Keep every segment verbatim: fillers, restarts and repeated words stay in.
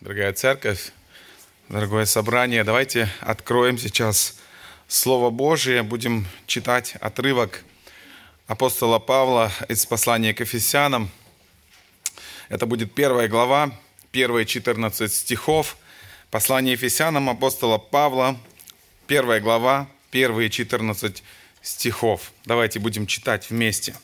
Дорогая церковь, дорогое собрание, давайте откроем сейчас Слово Божие, будем читать отрывок апостола Павла из послания к Ефесянам. Это будет первая глава, первые четырнадцать стихов. Послание Ефесянам апостола Павла, первая глава, первые четырнадцать стихов. Давайте будем читать вместе.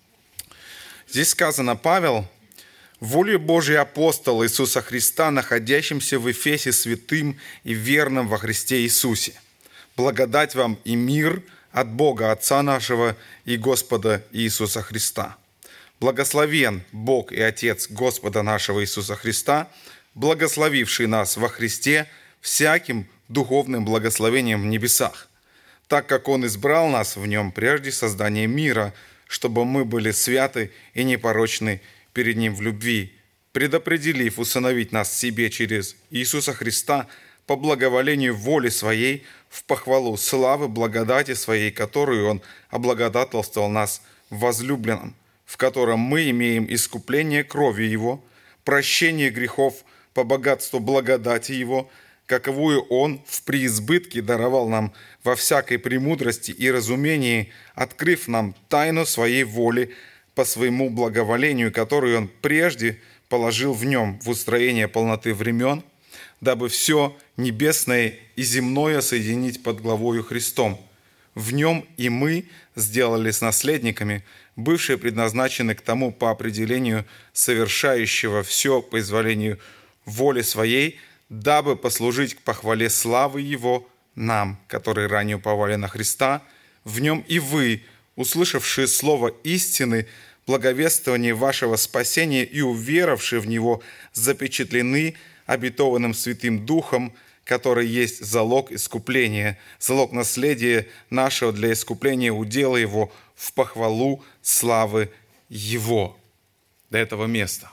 Здесь сказано: Павел, волею Божией апостол Иисуса Христа, находящимся в Эфесе святым и верным во Христе Иисусе. Благодать вам и мир от Бога Отца нашего и Господа Иисуса Христа. Благословен Бог и Отец Господа нашего Иисуса Христа, благословивший нас во Христе всяким духовным благословением в небесах, так как Он избрал нас в Нем прежде создания мира, чтобы мы были святы и непорочны перед Ним в любви, предопределив усыновить нас себе через Иисуса Христа по благоволению воли Своей в похвалу славы благодати Своей, которую Он облагодательствовал нас в возлюбленном, в котором мы имеем искупление крови Его, прощение грехов по богатству благодати Его, каковую Он в преизбытке даровал нам во всякой премудрости и разумении, открыв нам тайну Своей воли, по своему благоволению, которую Он прежде положил в Нем в устроение полноты времен, дабы все небесное и земное соединить под главою Христом. В Нем и мы сделались наследниками, бывшие предназначены к тому по определению совершающего все по изволению воли Своей, дабы послужить к похвале славы Его нам, которые ранее уповали на Христа. В Нем и вы, услышавшие слово истины, благовествование вашего спасения и уверовавшие в него, запечатлены обетованным Святым Духом, который есть залог искупления, залог наследия нашего для искупления удела Его в похвалу славы Его. До этого места.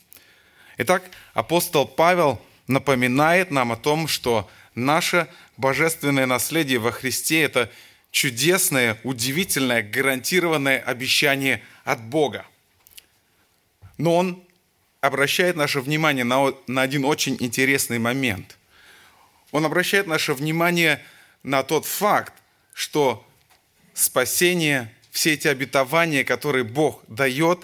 Итак, апостол Павел напоминает нам о том, что наше божественное наследие во Христе – это чудесное, удивительное, гарантированное обещание от Бога. Но он обращает наше внимание на, на один очень интересный момент. Он обращает наше внимание на тот факт, что спасение, все эти обетования, которые Бог дает,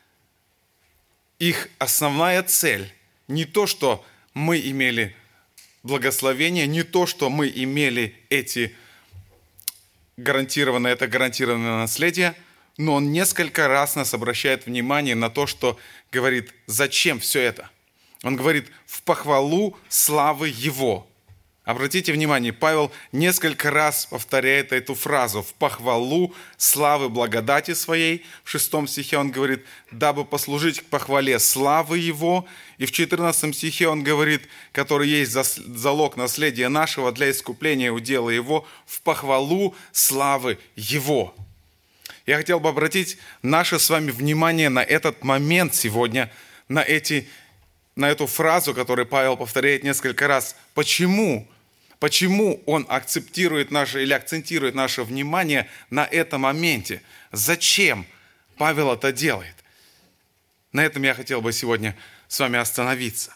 их основная цель не то, что мы имели благословение, не то, что мы имели эти гарантированное, это гарантированное наследие, но он несколько раз нас обращает внимание на то, что говорит, зачем все это. Он говорит, в похвалу славы Его. Обратите внимание, Павел несколько раз повторяет эту фразу, в похвалу славы благодати Своей. В шестом стихе он говорит, дабы послужить к похвале славы Его. И в четырнадцатом стихе он говорит, который есть залог наследия нашего для искупления удела Его, в похвалу славы Его. Я хотел бы обратить наше с вами внимание на этот момент сегодня, на, эти, на эту фразу, которую Павел повторяет несколько раз. Почему? Почему он акцептирует наше или акцентирует наше внимание на этом моменте? Зачем Павел это делает? На этом я хотел бы сегодня с вами остановиться.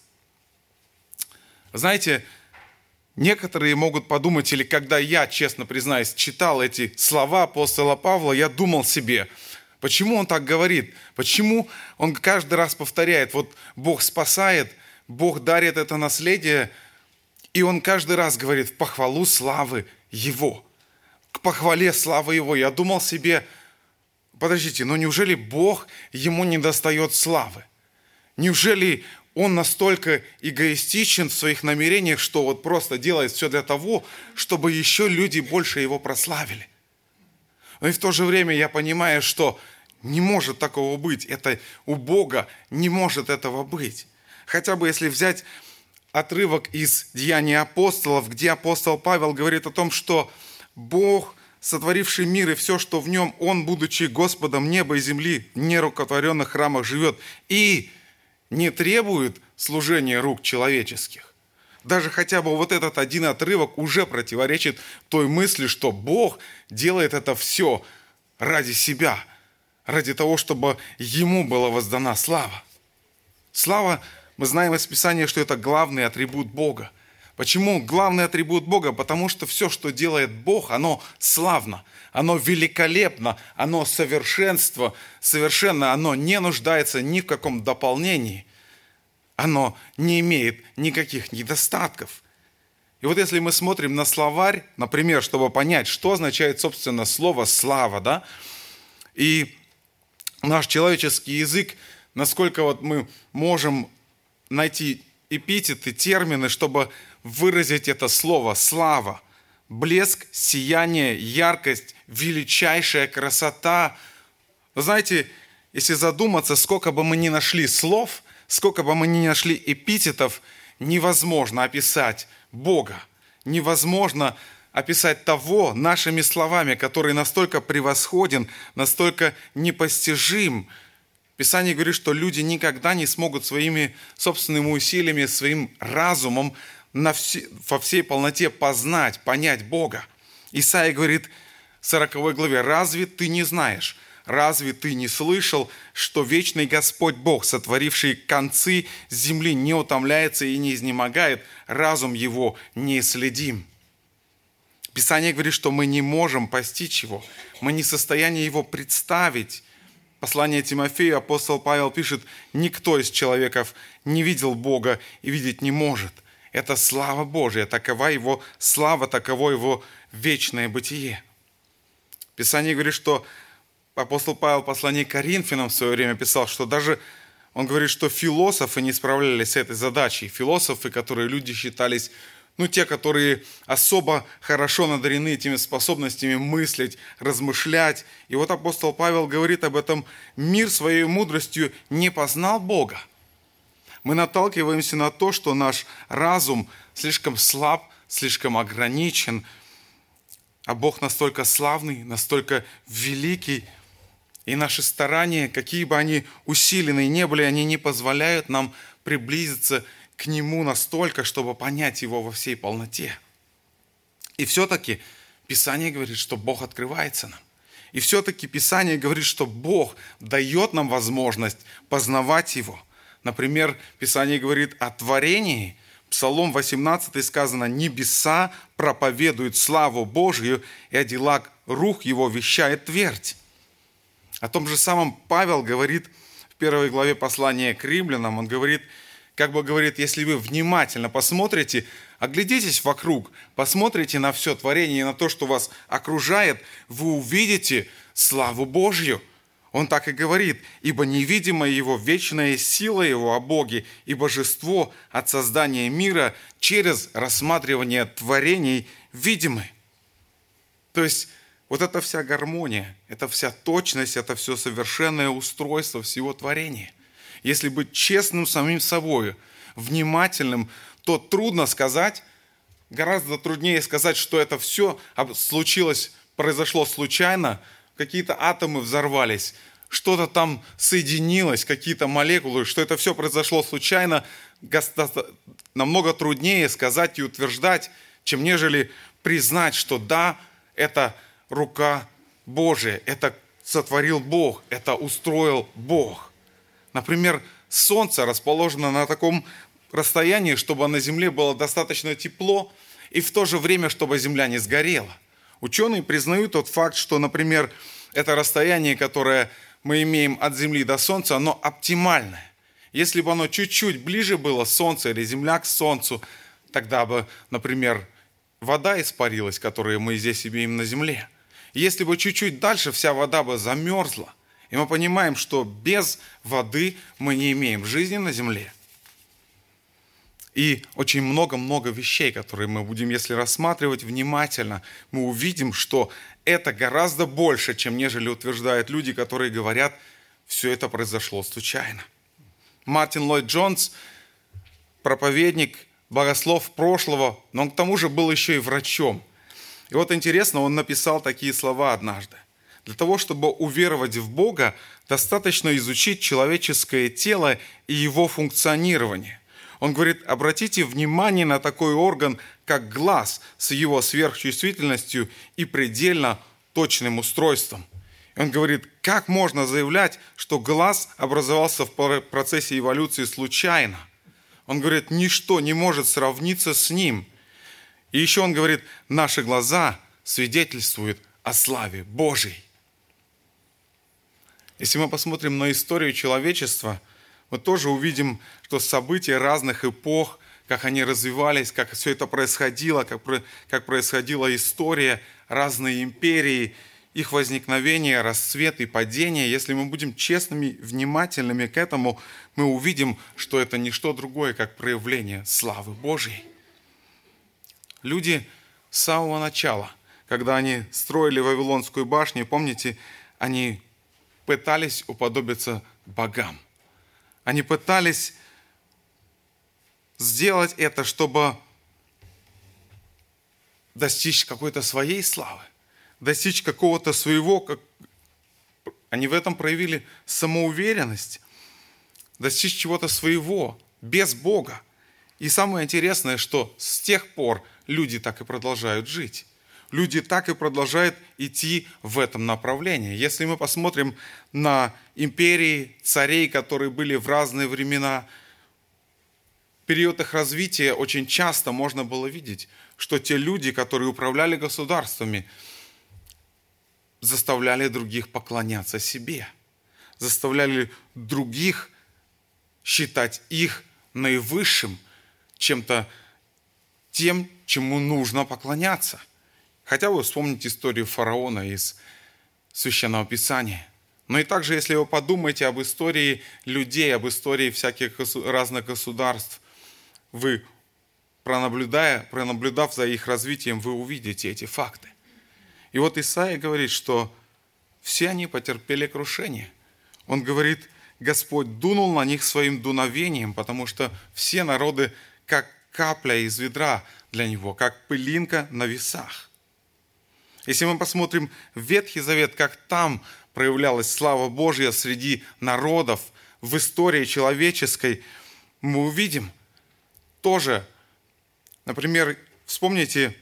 Знаете, некоторые могут подумать, или когда я, честно признаюсь, читал эти слова апостола Павла, я думал себе, почему он так говорит? Почему он каждый раз повторяет, вот Бог спасает, Бог дарит это наследие, и он каждый раз говорит в похвалу славы Его, к похвале славы Его. Я думал себе, подождите, но неужели Бог, Ему не достает славы? Неужели Он настолько эгоистичен в своих намерениях, что вот просто делает все для того, чтобы еще люди больше Его прославили? Но и в то же время я понимаю, что не может такого быть. Это у Бога не может этого быть. Хотя бы если взять отрывок из Деяний апостолов, где апостол Павел говорит о том, что Бог, сотворивший мир и все, что в нем, Он, будучи Господом неба и земли, в нерукотворенных храмах живет и не требует служения рук человеческих. Даже хотя бы вот этот один отрывок уже противоречит той мысли, что Бог делает это все ради себя, ради того, чтобы Ему была воздана слава. Слава Мы знаем из Писания, что это главный атрибут Бога. Почему главный атрибут Бога? Потому что все, что делает Бог, оно славно, оно великолепно, оно совершенство, совершенно, оно не нуждается ни в каком дополнении. Оно не имеет никаких недостатков. И вот если мы смотрим на словарь, например, чтобы понять, что означает, собственно, слово «слава», да, и наш человеческий язык, насколько вот мы можем найти эпитеты, термины, чтобы выразить это слово «слава», блеск, сияние, яркость, величайшая красота. Вы знаете, если задуматься, сколько бы мы ни нашли слов, сколько бы мы ни нашли эпитетов, невозможно описать Бога, невозможно описать того нашими словами, который настолько превосходен, настолько непостижим. Писание говорит, что люди никогда не смогут своими собственными усилиями, своим разумом на все, во всей полноте познать, понять Бога. Исаия говорит в сороковой главе: «Разве ты не знаешь, разве ты не слышал, что вечный Господь Бог, сотворивший концы земли, не утомляется и не изнемогает, разум его неисследим?» Писание говорит, что мы не можем постичь его, мы не в состоянии его представить. Послание Тимофею апостол Павел пишет: «Никто из человеков не видел Бога и видеть не может». Это слава Божия, такова его слава, таково его вечное бытие. Писание говорит, что апостол Павел в послании к Коринфянам в свое время писал, что даже, он говорит, что философы не справлялись с этой задачей. Философы, которые люди считались, ну, те, которые особо хорошо надарены этими способностями мыслить, размышлять. И вот апостол Павел говорит об этом: «Мир своей мудростью не познал Бога». Мы наталкиваемся на то, что наш разум слишком слаб, слишком ограничен, а Бог настолько славный, настолько великий, и наши старания, какие бы они усиленные ни были, они не позволяют нам приблизиться к Нему настолько, чтобы понять Его во всей полноте. И все-таки Писание говорит, что Бог открывается нам. И все-таки Писание говорит, что Бог дает нам возможность познавать Его. Например, Писание говорит о творении. Псалом восемнадцатый сказано: «Небеса проповедуют славу Божию, и о делах рук Его вещает твердь». О том же самом Павел говорит в первой главе послания к римлянам. Он говорит, как бы говорит: если вы внимательно посмотрите, оглядитесь вокруг, посмотрите на все творение и на то, что вас окружает, вы увидите славу Божью. Он так и говорит: «Ибо невидимая Его вечная сила Его о Боге и божество от создания мира через рассматривание творений видимы». То есть вот эта вся гармония, эта вся точность, это все совершенное устройство всего творения. Если быть честным самим собой, внимательным, то трудно сказать, гораздо труднее сказать, что это все случилось, произошло случайно, какие-то атомы взорвались, что-то там соединилось, какие-то молекулы, что это все произошло случайно, намного труднее сказать и утверждать, чем нежели признать, что да, это рука Божия, это сотворил Бог, это устроил Бог. Например, Солнце расположено на таком расстоянии, чтобы на Земле было достаточно тепло, и в то же время, чтобы Земля не сгорела. Ученые признают тот факт, что, например, это расстояние, которое мы имеем от Земли до Солнца, оно оптимальное. Если бы оно чуть-чуть ближе было Солнце или Земля к Солнцу, тогда бы, например, вода испарилась, которую мы здесь имеем на Земле. Если бы чуть-чуть дальше, вся вода бы замерзла. И мы понимаем, что без воды мы не имеем жизни на Земле. И очень много-много вещей, которые мы будем, если рассматривать внимательно, мы увидим, что это гораздо больше, чем нежели утверждают люди, которые говорят, все это произошло случайно. Мартин Ллойд Джонс, проповедник, богослов прошлого, но он к тому же был еще и врачом. И вот интересно, он написал такие слова однажды. Для того, чтобы уверовать в Бога, достаточно изучить человеческое тело и его функционирование. Он говорит, обратите внимание на такой орган, как глаз, с его сверхчувствительностью и предельно точным устройством. И он говорит, как можно заявлять, что глаз образовался в процессе эволюции случайно? Он говорит, ничто не может сравниться с Ним. И еще он говорит, наши глаза свидетельствуют о славе Божьей. Если мы посмотрим на историю человечества, мы тоже увидим, что события разных эпох, как они развивались, как все это происходило, как, как происходила история, разные империи, их возникновение, расцвет и падение. Если мы будем честными, внимательными к этому, мы увидим, что это не что другое, как проявление славы Божьей. Люди с самого начала, когда они строили Вавилонскую башню, помните, они пытались уподобиться богам. Они пытались сделать это, чтобы достичь какой-то своей славы, достичь какого-то своего, как... они в этом проявили самоуверенность, достичь чего-то своего, без Бога. И самое интересное, что с тех пор люди так и продолжают жить. Люди так и продолжают идти в этом направлении. Если мы посмотрим на империи, царей, которые были в разные времена, в период их развития очень часто можно было видеть, что те люди, которые управляли государствами, заставляли других поклоняться себе, заставляли других считать их наивысшим, чем-то тем, чему нужно поклоняться. Хотя вы вспомните историю фараона из Священного Писания. Но и также, если вы подумаете об истории людей, об истории всяких разных государств, вы, пронаблюдая, пронаблюдав за их развитием, вы увидите эти факты. И вот Исаия говорит, что все они потерпели крушение. Он говорит, Господь дунул на них своим дуновением, потому что все народы, как капля из ведра для Него, как пылинка на весах. Если мы посмотрим в Ветхий Завет, как там проявлялась слава Божья среди народов в истории человеческой, мы увидим тоже, например, вспомните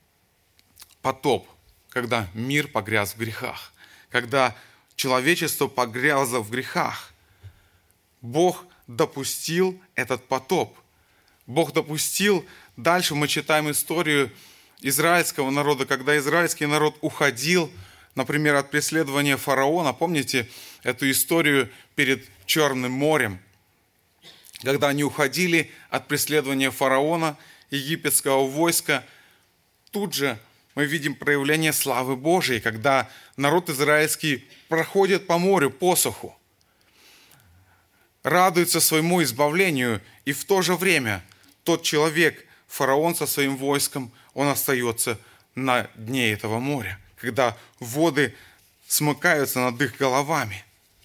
потоп, когда мир погряз в грехах, когда человечество погрязло в грехах. Бог допустил этот потоп. Бог допустил, дальше мы читаем историю израильского народа, когда израильский народ уходил, например, от преследования фараона. Помните эту историю перед Черным морем? Когда они уходили от преследования фараона, египетского войска, тут же мы видим проявление славы Божией, когда народ израильский проходит по морю, по суху, радуется своему избавлению, и в то же время тот человек, фараон со своим войском, он остается на дне этого моря, когда воды смыкаются над их головами.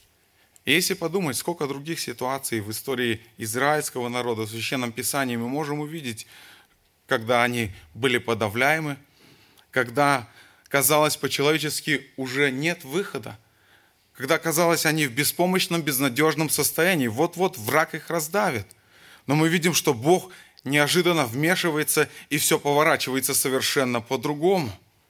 И если подумать, сколько других ситуаций в истории израильского народа, в Священном Писании мы можем увидеть, когда они были подавляемы, когда, казалось, по-человечески уже нет выхода, когда, казалось, они в беспомощном, безнадежном состоянии, вот-вот враг их раздавит. Но мы видим, что Бог неожиданно вмешивается, и все поворачивается совершенно по-другому.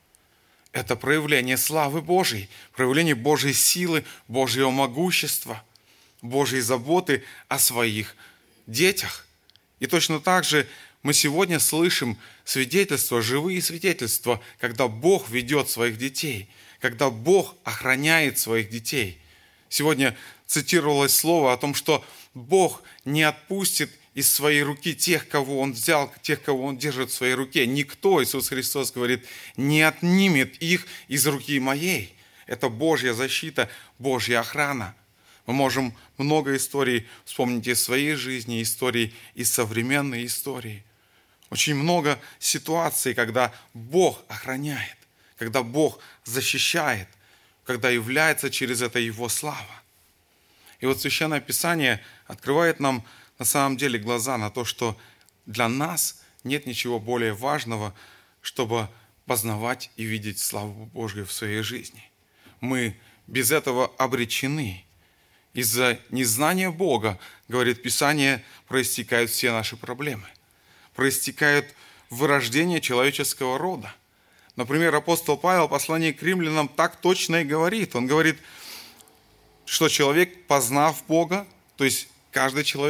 Это проявление славы Божьей, проявление Божьей силы, Божьего могущества, Божьей заботы о своих детях. И точно так же мы сегодня слышим свидетельства, живые свидетельства, когда Бог ведет своих детей, когда Бог охраняет своих детей. Сегодня цитировалось слово о том, что Бог не отпустит из своей руки тех, кого Он взял, тех, кого Он держит в своей руке. Никто, Иисус Христос говорит, не отнимет их из руки моей. Это Божья защита, Божья охрана. Мы можем много историй вспомнить из своей жизни, истории, из современной истории. Очень много ситуаций, когда Бог охраняет, когда Бог защищает, когда является через это Его слава. И вот Священное Писание открывает нам на самом деле глаза на то, что для нас нет ничего более важного, чтобы познавать и видеть славу Божью в своей жизни. Мы без этого обречены. Из-за незнания Бога, говорит Писание, проистекают все наши проблемы. Проистекают вырождение человеческого рода. Например, апостол Павел в послании к римлянам так точно и говорит. Он говорит, что человек, познав Бога, то есть каждый человек,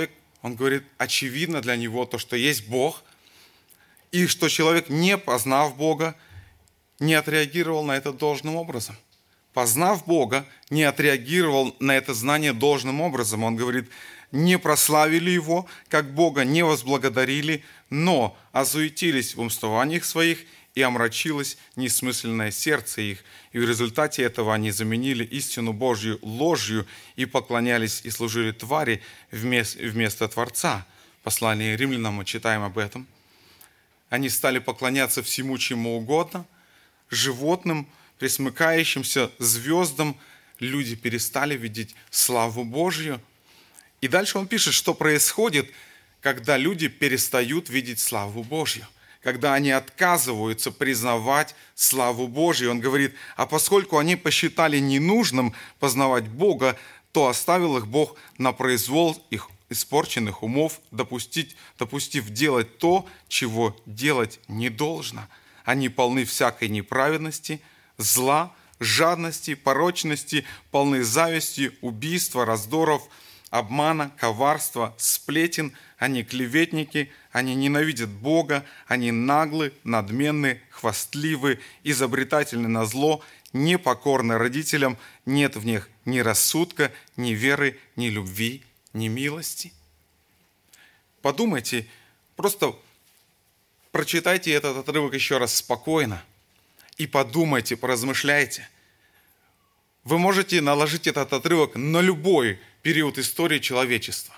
Он говорит, очевидно для него то, что есть Бог, и что человек, не познав Бога, не отреагировал на это должным образом. Познав Бога, не отреагировал на это знание должным образом. Он говорит, не прославили Его, как Бога, не возблагодарили, но озуетились в умствованиях своих, и омрачилось несмысленное сердце их. И в результате этого они заменили истину Божью ложью и поклонялись и служили твари вместо Творца. В послании римлянам мы читаем об этом. Они стали поклоняться всему, чему угодно, животным, пресмыкающимся звездам. Люди перестали видеть славу Божью. И дальше он пишет, что происходит, когда люди перестают видеть славу Божью, когда они отказываются признавать славу Божью. Он говорит, а поскольку они посчитали ненужным познавать Бога, то оставил их Бог на произвол их испорченных умов, допустить, допустив делать то, чего делать не должно. Они полны всякой неправедности, зла, жадности, порочности, полны зависти, убийства, раздоров, обмана, коварства, сплетен. Они клеветники, они ненавидят Бога, они наглы, надменны, хвастливы, изобретательны на зло, непокорны родителям, нет в них ни рассудка, ни веры, ни любви, ни милости. Подумайте, просто прочитайте этот отрывок еще раз спокойно и подумайте, поразмышляйте. Вы можете наложить этот отрывок на любой период истории человечества.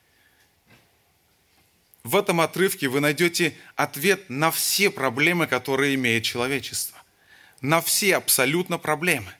В этом отрывке вы найдете ответ на все проблемы, которые имеет человечество. На все абсолютно проблемы.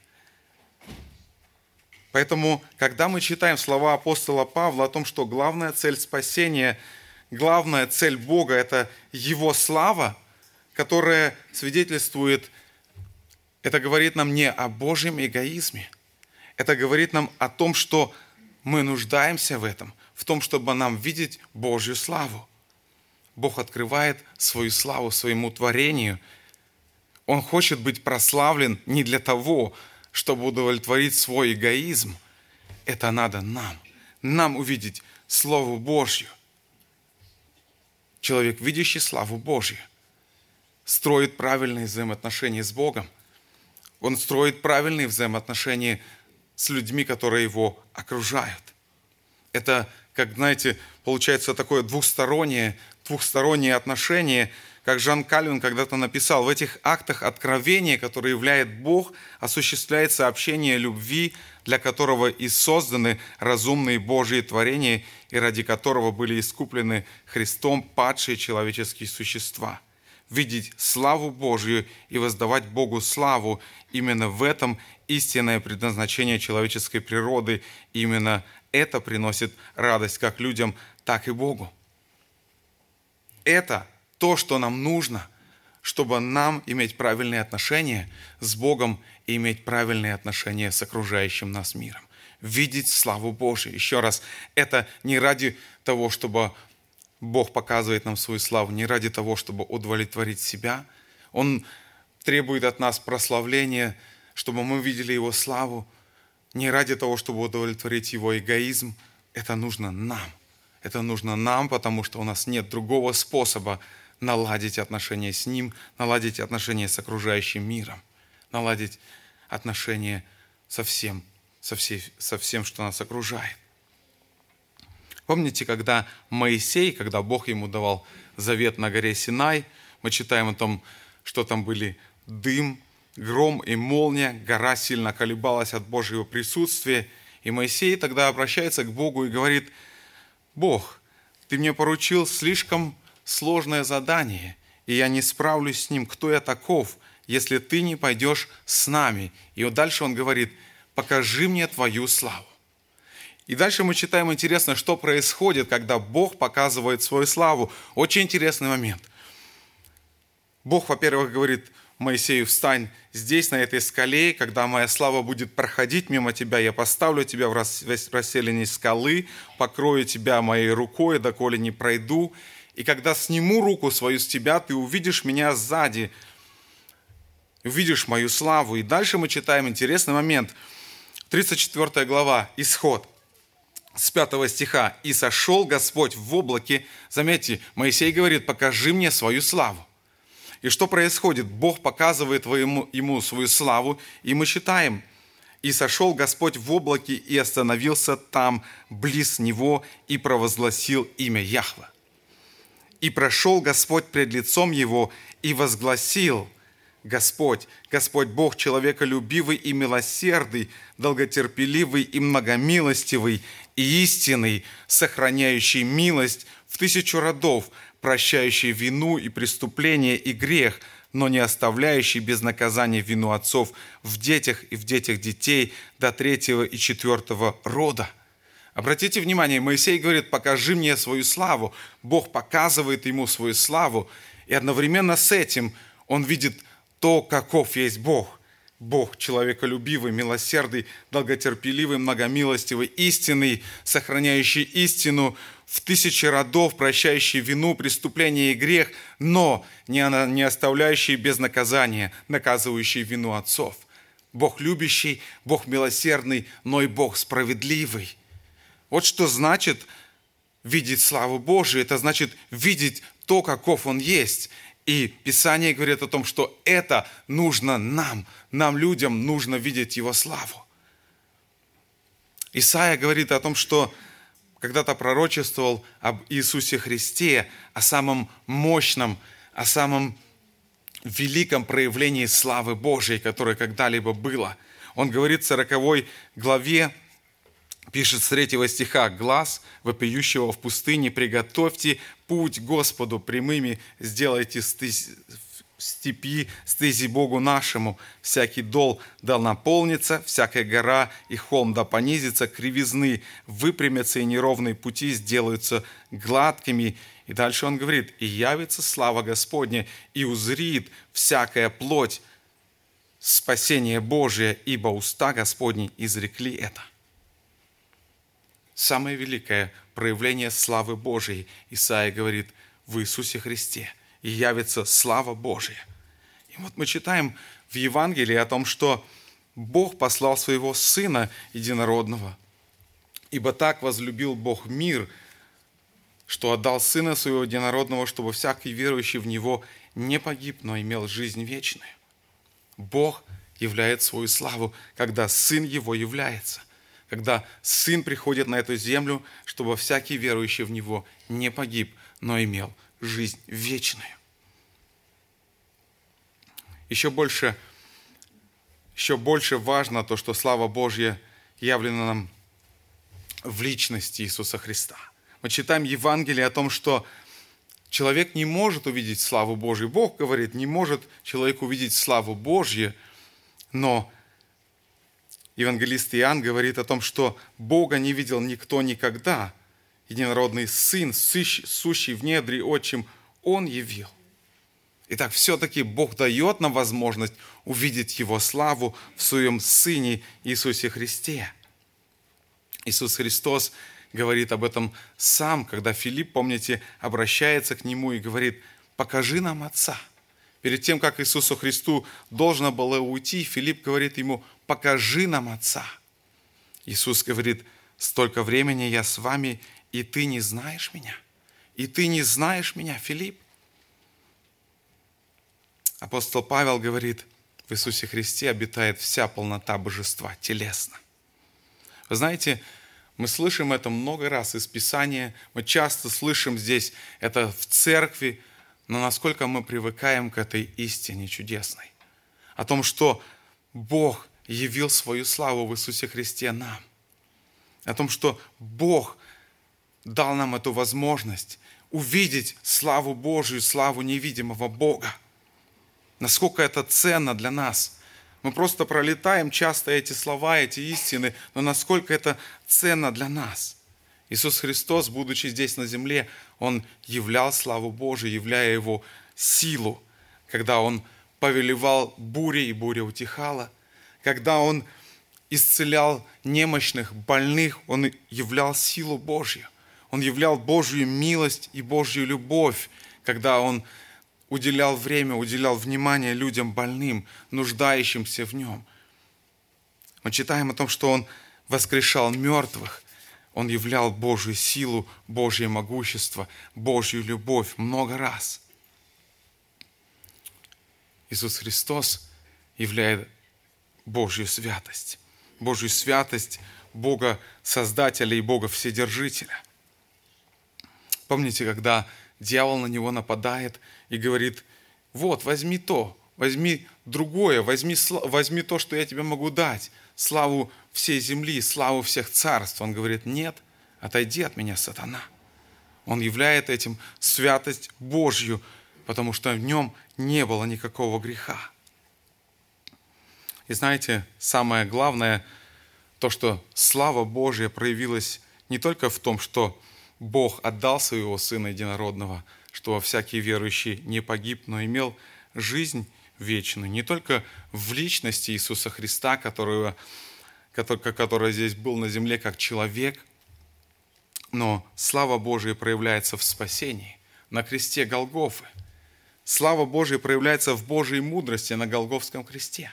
Поэтому, когда мы читаем слова апостола Павла о том, что главная цель спасения, главная цель Бога – это Его слава, которая свидетельствует, это говорит нам не о Божьем эгоизме, это говорит нам о том, что мы нуждаемся в этом, в том, чтобы нам видеть Божью славу. Бог открывает свою славу своему творению. Он хочет быть прославлен не для того, чтобы удовлетворить свой эгоизм. Это надо нам. Нам увидеть славу Божью. Человек, видящий славу Божью, строит правильные взаимоотношения с Богом. Он строит правильные взаимоотношения с людьми, которые его окружают. Это, как, знаете, получается такое двухстороннее, двухстороннее отношение, как Жан Кальвин когда-то написал, в этих актах откровения, которые являет Бог, осуществляется общение любви, для которого и созданы разумные Божьи творения, и ради которого были искуплены Христом падшие человеческие существа. Видеть славу Божью и воздавать Богу славу, именно в этом истинное предназначение человеческой природы, именно это приносит радость как людям, так и Богу. Это то, что нам нужно, чтобы нам иметь правильные отношения с Богом и иметь правильные отношения с окружающим нас миром. Видеть славу Божию. Еще раз, это не ради того, чтобы Бог показывает нам свою славу, не ради того, чтобы удовлетворить себя. Он требует от нас прославления, чтобы мы видели Его славу, не ради того, чтобы удовлетворить Его эгоизм. Это нужно нам. Это нужно нам, потому что у нас нет другого способа наладить отношения с Ним, наладить отношения с окружающим миром, наладить отношения со всем, со, всей, со всем, что нас окружает. Помните, когда Моисей, когда Бог ему давал завет на горе Синай, мы читаем о том, что там были дым, гром и молния, гора сильно колебалась от Божьего присутствия, и Моисей тогда обращается к Богу и говорит: «Бог, Ты мне поручил слишком сложное задание, и я не справлюсь с ним. Кто я таков, если Ты не пойдешь с нами?» И вот дальше он говорит: «Покажи мне Твою славу». И дальше мы читаем, интересно, что происходит, когда Бог показывает свою славу. Очень интересный момент. Бог, во-первых, говорит Моисею: «Встань здесь, на этой скале, когда моя слава будет проходить мимо тебя, я поставлю тебя в расселине скалы, покрою тебя моей рукой, доколе не пройду. И когда сниму руку свою с тебя, ты увидишь меня сзади, увидишь мою славу». И дальше мы читаем интересный момент. тридцать четвёртая глава, Исход. с пятого стиха. «И сошел Господь в облаке». Заметьте, Моисей говорит: «Покажи мне свою славу». И что происходит? Бог показывает ему, ему свою славу, и мы читаем: «И сошел Господь в облаке, и остановился там, близ него, и провозгласил имя Яхве. И прошел Господь пред лицом его, и возгласил Господь, Господь Бог человеколюбивый и милосердный, долготерпеливый и многомилостивый, и истинный, сохраняющий милость в тысячу родов, прощающий вину и преступление и грех, но не оставляющий без наказания вину отцов в детях и в детях детей до третьего и четвертого рода». Обратите внимание, Моисей говорит: «Покажи мне свою славу». Бог показывает ему свою славу, и одновременно с этим он видит то, каков есть Бог. Бог человеколюбивый, милосердный, долготерпеливый, многомилостивый, истинный, сохраняющий истину в тысячи родов, прощающий вину, преступление и грех, но не оставляющий без наказания, наказывающий вину отцов. Бог любящий, Бог милосердный, но и Бог справедливый. Вот что значит видеть славу Божию. Это значит видеть то, каков Он есть. И Писание говорит о том, что это нужно нам, нам, людям, нужно видеть Его славу. Исайя говорит о том, что когда-то пророчествовал об Иисусе Христе, о самом мощном, о самом великом проявлении славы Божией, которое когда-либо было. Он говорит в сороковой главе, пишет с третьего стиха: «Глас вопиющего в пустыне приготовьте путь Господу, прямыми сделайте степи стези Богу нашему. Всякий дол да наполнится, всякая гора и холм да понизится, кривизны выпрямятся и неровные пути сделаются гладкими». И дальше он говорит: «И явится слава Господня, и узрит всякая плоть спасение Божие, ибо уста Господни изрекли это». Самое великое проявление славы Божией, Исаия говорит, в Иисусе Христе. И явится слава Божия. И вот мы читаем в Евангелии о том, что Бог послал своего Сына Единородного. «Ибо так возлюбил Бог мир, что отдал Сына Своего Единородного, чтобы всякий верующий в Него не погиб, но имел жизнь вечную». Бог являет свою славу, когда Сын Его является. Когда Сын приходит на эту землю, чтобы всякий верующий в Него не погиб, но имел жизнь вечную. Еще больше, еще больше важно то, что слава Божья явлена нам в личности Иисуса Христа. Мы читаем Евангелие о том, что человек не может увидеть славу Божью. Бог говорит, не может человек увидеть славу Божью, но евангелист Иоанн говорит о том, что Бога не видел никто никогда. Единородный Сын, сущий в недре Отчим, Он явил. Итак, все-таки Бог дает нам возможность увидеть Его славу в Своем Сыне Иисусе Христе. Иисус Христос говорит об этом сам, когда Филипп, помните, обращается к Нему и говорит: «Покажи нам Отца». Перед тем, как Иисусу Христу должно было уйти, Филипп говорит Ему: «Покажи нам Отца». Иисус говорит: «Столько времени я с вами, и ты не знаешь Меня». И ты не знаешь Меня, Филипп. Апостол Павел говорит: в Иисусе Христе обитает вся полнота божества телесно. Вы знаете, мы слышим это много раз из Писания, мы часто слышим здесь это в церкви, но насколько мы привыкаем к этой истине чудесной, о том, что Бог явил свою славу в Иисусе Христе нам, о том, что Бог дал нам эту возможность увидеть славу Божию, славу невидимого Бога. Насколько это ценно для нас. Мы просто пролетаем часто эти слова, эти истины, но насколько это ценно для нас. Иисус Христос, будучи здесь на земле, Он являл славу Божию, являя Его силу, когда Он повелевал буре, и буря утихала, когда Он исцелял немощных, больных, Он являл силу Божью. Он являл Божью милость и Божью любовь, когда Он уделял время, уделял внимание людям больным, нуждающимся в Нем. Мы читаем о том, что Он воскрешал мертвых, Он являл Божью силу, Божье могущество, Божью любовь много раз. Иисус Христос являет Божью святость. Божью святость Бога Создателя и Бога Вседержителя. Помните, когда дьявол на него нападает и говорит: вот, возьми то, возьми другое, возьми, возьми то, что я тебе могу дать, славу всей земли, славу всех царств. Он говорит: нет, отойди от меня, сатана. Он являет этим святость Божью, потому что в нем не было никакого греха. И знаете, самое главное, то, что слава Божья проявилась не только в том, что Бог отдал своего Сына Единородного, что всякий верующий не погиб, но имел жизнь вечную, не только в личности Иисуса Христа, которого, который, который здесь был на земле как человек, но слава Божия проявляется в спасении, на кресте Голгофы. Слава Божия проявляется в Божьей мудрости на Голгофском кресте.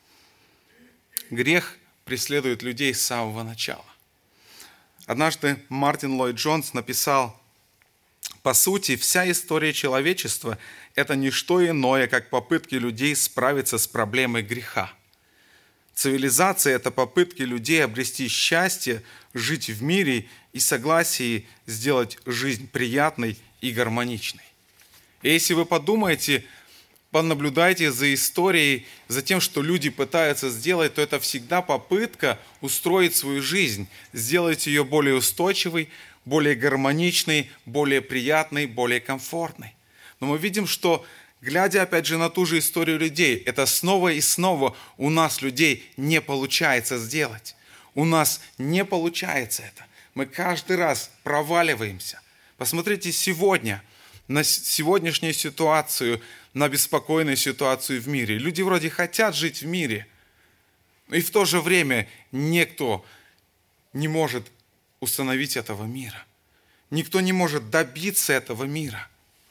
Грех преследует людей с самого начала. Однажды Мартин Ллойд Джонс написал: по сути, вся история человечества – это не что иное, как попытки людей справиться с проблемой греха. Цивилизация – это попытки людей обрести счастье, жить в мире и согласии, сделать жизнь приятной и гармоничной. И если вы подумаете, понаблюдайте за историей, за тем, что люди пытаются сделать, то это всегда попытка устроить свою жизнь, сделать ее более устойчивой, более гармоничной, более приятной, более комфортной. Но мы видим, что, глядя опять же на ту же историю людей, это снова и снова у нас, людей, не получается сделать. У нас не получается это. Мы каждый раз проваливаемся. Посмотрите сегодня на сегодняшнюю ситуацию, на беспокойную ситуацию в мире. Люди вроде хотят жить в мире, и в то же время никто не может установить этого мира. Никто не может добиться этого мира.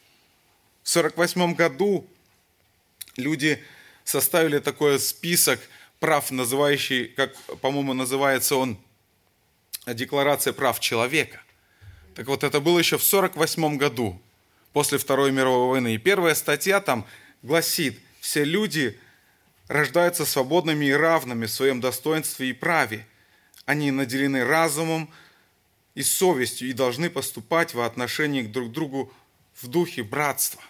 В сорок восьмом году люди составили такой список прав, называющий, как, по-моему, называется он, Декларация прав человека. Так вот, это было еще в сорок восьмом году, после Второй мировой войны. И первая статья там гласит: все люди рождаются свободными и равными в своем достоинстве и праве. Они наделены разумом и совестью и должны поступать во отношении друг к другу в духе братства.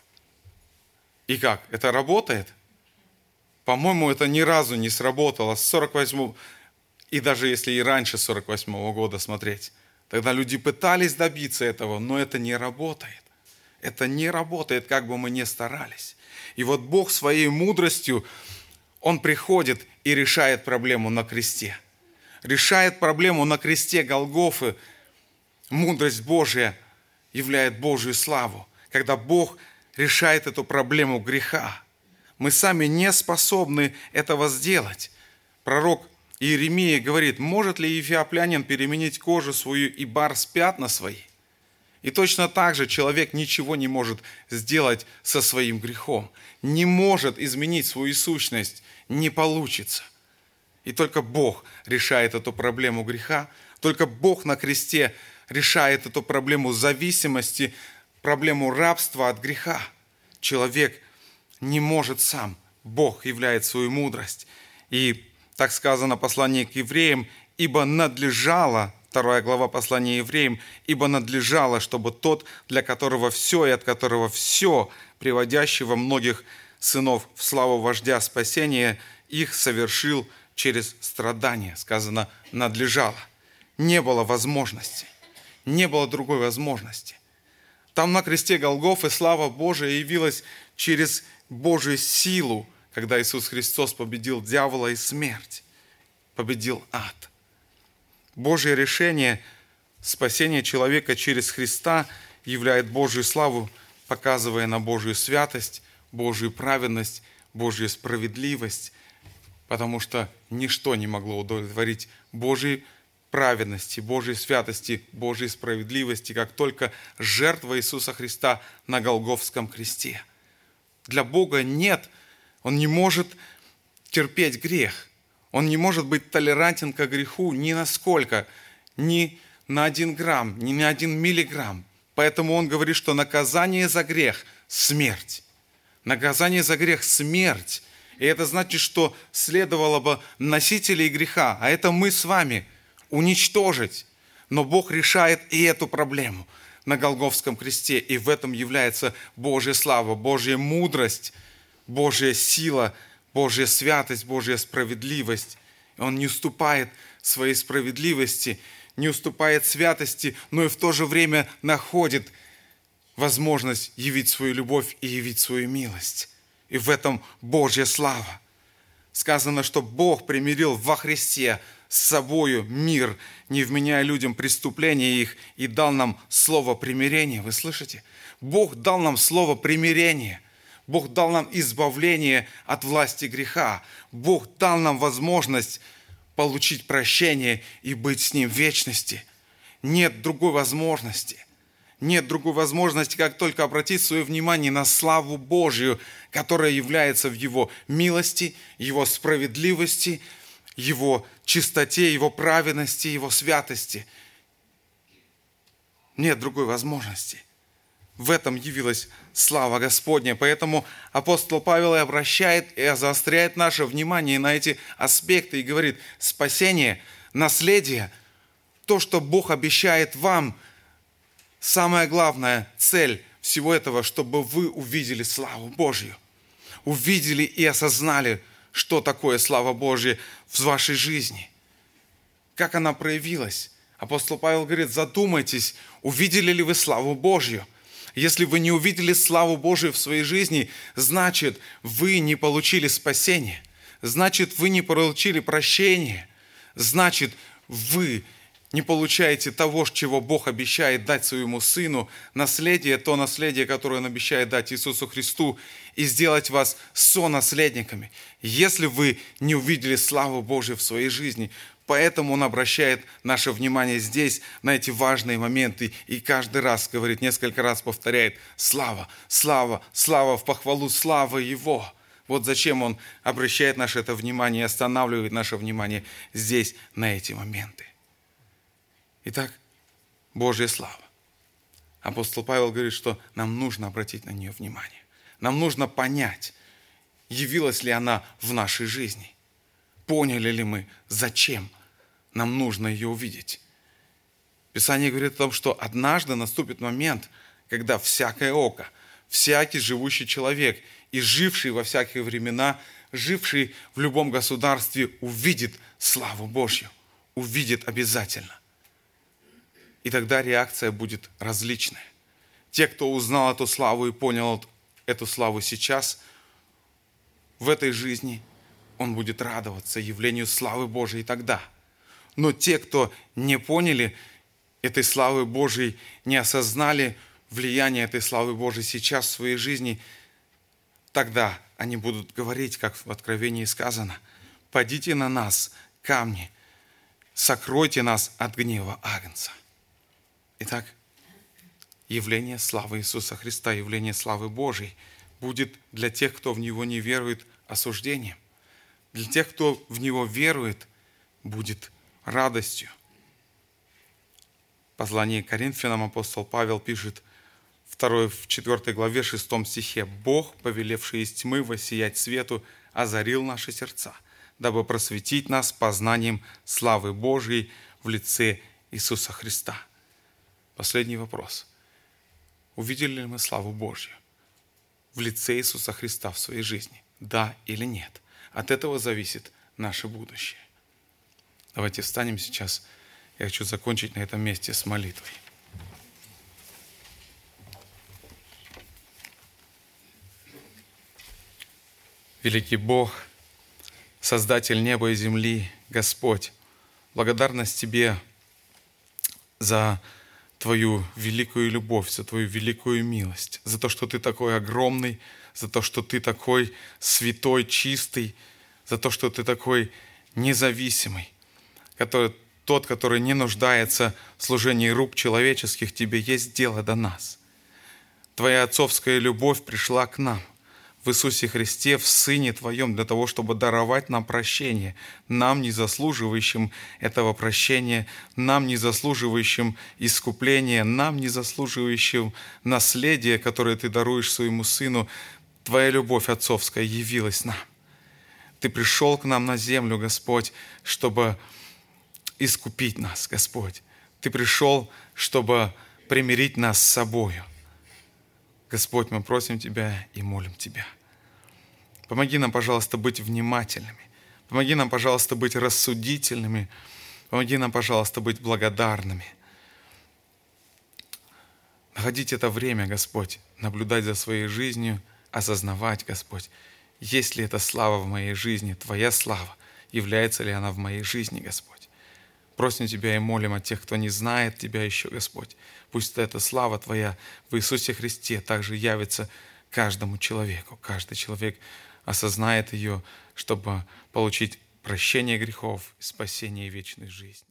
И как? Это работает? По-моему, это ни разу не сработало. С сорок восьмого, и даже если и раньше сорок восьмого года смотреть, тогда люди пытались добиться этого, но это не работает. Это не работает, как бы мы ни старались. И вот Бог своей мудростью, Он приходит и решает проблему на кресте. Решает проблему на кресте Голгофы. Мудрость Божия являет Божью славу, когда Бог решает эту проблему греха. Мы сами не способны этого сделать. Пророк Иеремия говорит: может ли эфиоплянин переменить кожу свою и барс пятна свои? И точно так же человек ничего не может сделать со своим грехом. Не может изменить свою сущность, не получится. И только Бог решает эту проблему греха, только Бог на кресте решает эту проблему зависимости, проблему рабства от греха. Человек не может сам, Бог являет свою мудрость. И так сказано в послании к евреям: ибо надлежало, вторая глава послания евреям, ибо надлежало, чтобы тот, для которого все и от которого все, приводящего многих сынов в славу вождя спасения, их совершил через страдания. Сказано, надлежало. Не было возможности. Не было другой возможности. Там на кресте Голгофы слава Божия явилась через Божью силу, когда Иисус Христос победил дьявола и смерть, победил ад. Божье решение спасения человека через Христа являет Божью славу, показывая на Божью святость, Божью праведность, Божью справедливость, потому что ничто не могло удовлетворить Божьей праведности, Божьей святости, Божьей справедливости, как только жертва Иисуса Христа на Голгофском кресте. Для Бога нет, Он не может терпеть грех. Он не может быть толерантен к греху ни насколько, ни на один грамм, ни на один миллиграмм. Поэтому он говорит, что наказание за грех – смерть. Наказание за грех – смерть. И это значит, что следовало бы носителей греха, а это мы с вами, уничтожить. Но Бог решает и эту проблему на Голгофском кресте. И в этом является Божья слава, Божья мудрость, Божья сила, Божья святость, Божья справедливость. Он не уступает своей справедливости, не уступает святости, но и в то же время находит возможность явить свою любовь и явить свою милость. И в этом Божья слава. Сказано, что Бог примирил во Христе с собою мир, не вменяя людям преступления их, и дал нам слово примирения. Вы слышите? Бог дал нам слово примирения. Бог дал нам избавление от власти греха. Бог дал нам возможность получить прощение и быть с Ним в вечности. Нет другой возможности. Нет другой возможности, как только обратить свое внимание на славу Божью, которая является в Его милости, Его справедливости, Его чистоте, Его праведности, Его святости. Нет другой возможности. В этом явилась слава Господня. Поэтому апостол Павел и обращает и заостряет наше внимание на эти аспекты и говорит: спасение, наследие, то, что Бог обещает вам, самая главная цель всего этого, чтобы вы увидели славу Божью, увидели и осознали, что такое слава Божья в вашей жизни, как она проявилась. Апостол Павел говорит: задумайтесь, увидели ли вы славу Божью. Если вы не увидели славу Божию в своей жизни, значит, вы не получили спасение, значит, вы не получили прощение, значит, вы не получаете того, чего Бог обещает дать своему Сыну, наследие, то наследие, которое Он обещает дать Иисусу Христу, и сделать вас сонаследниками, если вы не увидели славу Божию в своей жизни. Поэтому Он обращает наше внимание здесь на эти важные моменты и каждый раз говорит, несколько раз повторяет: слава, слава, слава в похвалу, слава Его. Вот зачем Он обращает наше это внимание, останавливает наше внимание здесь на эти моменты. Итак, Божья слава. Апостол Павел говорит, что нам нужно обратить на нее внимание. Нам нужно понять, явилась ли она в нашей жизни. Поняли ли мы, зачем нам нужно ее увидеть. Писание говорит о том, что однажды наступит момент, когда всякое око, всякий живущий человек и живший во всякие времена, живший в любом государстве, увидит славу Божью, увидит обязательно. И тогда реакция будет различная. Те, кто узнал эту славу и понял эту славу сейчас, в этой жизни, он будет радоваться явлению славы Божией тогда. Но те, кто не поняли этой славы Божией, не осознали влияние этой славы Божией сейчас в своей жизни, тогда они будут говорить, как в Откровении сказано: «Падите на нас, камни, сокройте нас от гнева Агнца». Итак, явление славы Иисуса Христа, явление славы Божией будет для тех, кто в Него не верует, осуждением. Для тех, кто в Него верует, будет радостью. В послании к Коринфянам апостол Павел пишет в четвёртой главе, шестом стихе: «Бог, повелевший из тьмы воссиять свету, озарил наши сердца, дабы просветить нас познанием славы Божией в лице Иисуса Христа». Последний вопрос. Увидели ли мы славу Божью в лице Иисуса Христа в своей жизни? Да или нет? От этого зависит наше будущее. Давайте встанем сейчас. Я хочу закончить на этом месте с молитвой. Великий Бог, Создатель неба и земли, Господь, благодарность Тебе за Твою великую любовь, за Твою великую милость, за то, что Ты такой огромный, за то, что Ты такой святой, чистый, за то, что Ты такой независимый, который, тот, который не нуждается в служении рук человеческих. Тебе есть дело до нас. Твоя отцовская любовь пришла к нам в в Иисусе Христе, в Сыне Твоем, для того, чтобы даровать нам прощение, нам, не заслуживающим этого прощения, нам, не заслуживающим искупления, нам, не заслуживающим наследия, которое Ты даруешь своему Сыну. Твоя любовь отцовская явилась нам. Ты пришел к нам на землю, Господь, чтобы искупить нас, Господь. Ты пришел, чтобы примирить нас с собою. Господь, мы просим Тебя и молим Тебя. Помоги нам, пожалуйста, быть внимательными. Помоги нам, пожалуйста, быть рассудительными. Помоги нам, пожалуйста, быть благодарными. Находить это время, Господь, наблюдать за своей жизнью, осознавать, Господь, есть ли эта слава в моей жизни, Твоя слава, является ли она в моей жизни, Господь. Просим Тебя и молим о тех, кто не знает Тебя еще, Господь. Пусть эта слава Твоя в Иисусе Христе также явится каждому человеку. Каждый человек осознает ее, чтобы получить прощение грехов, спасение и вечную жизнь.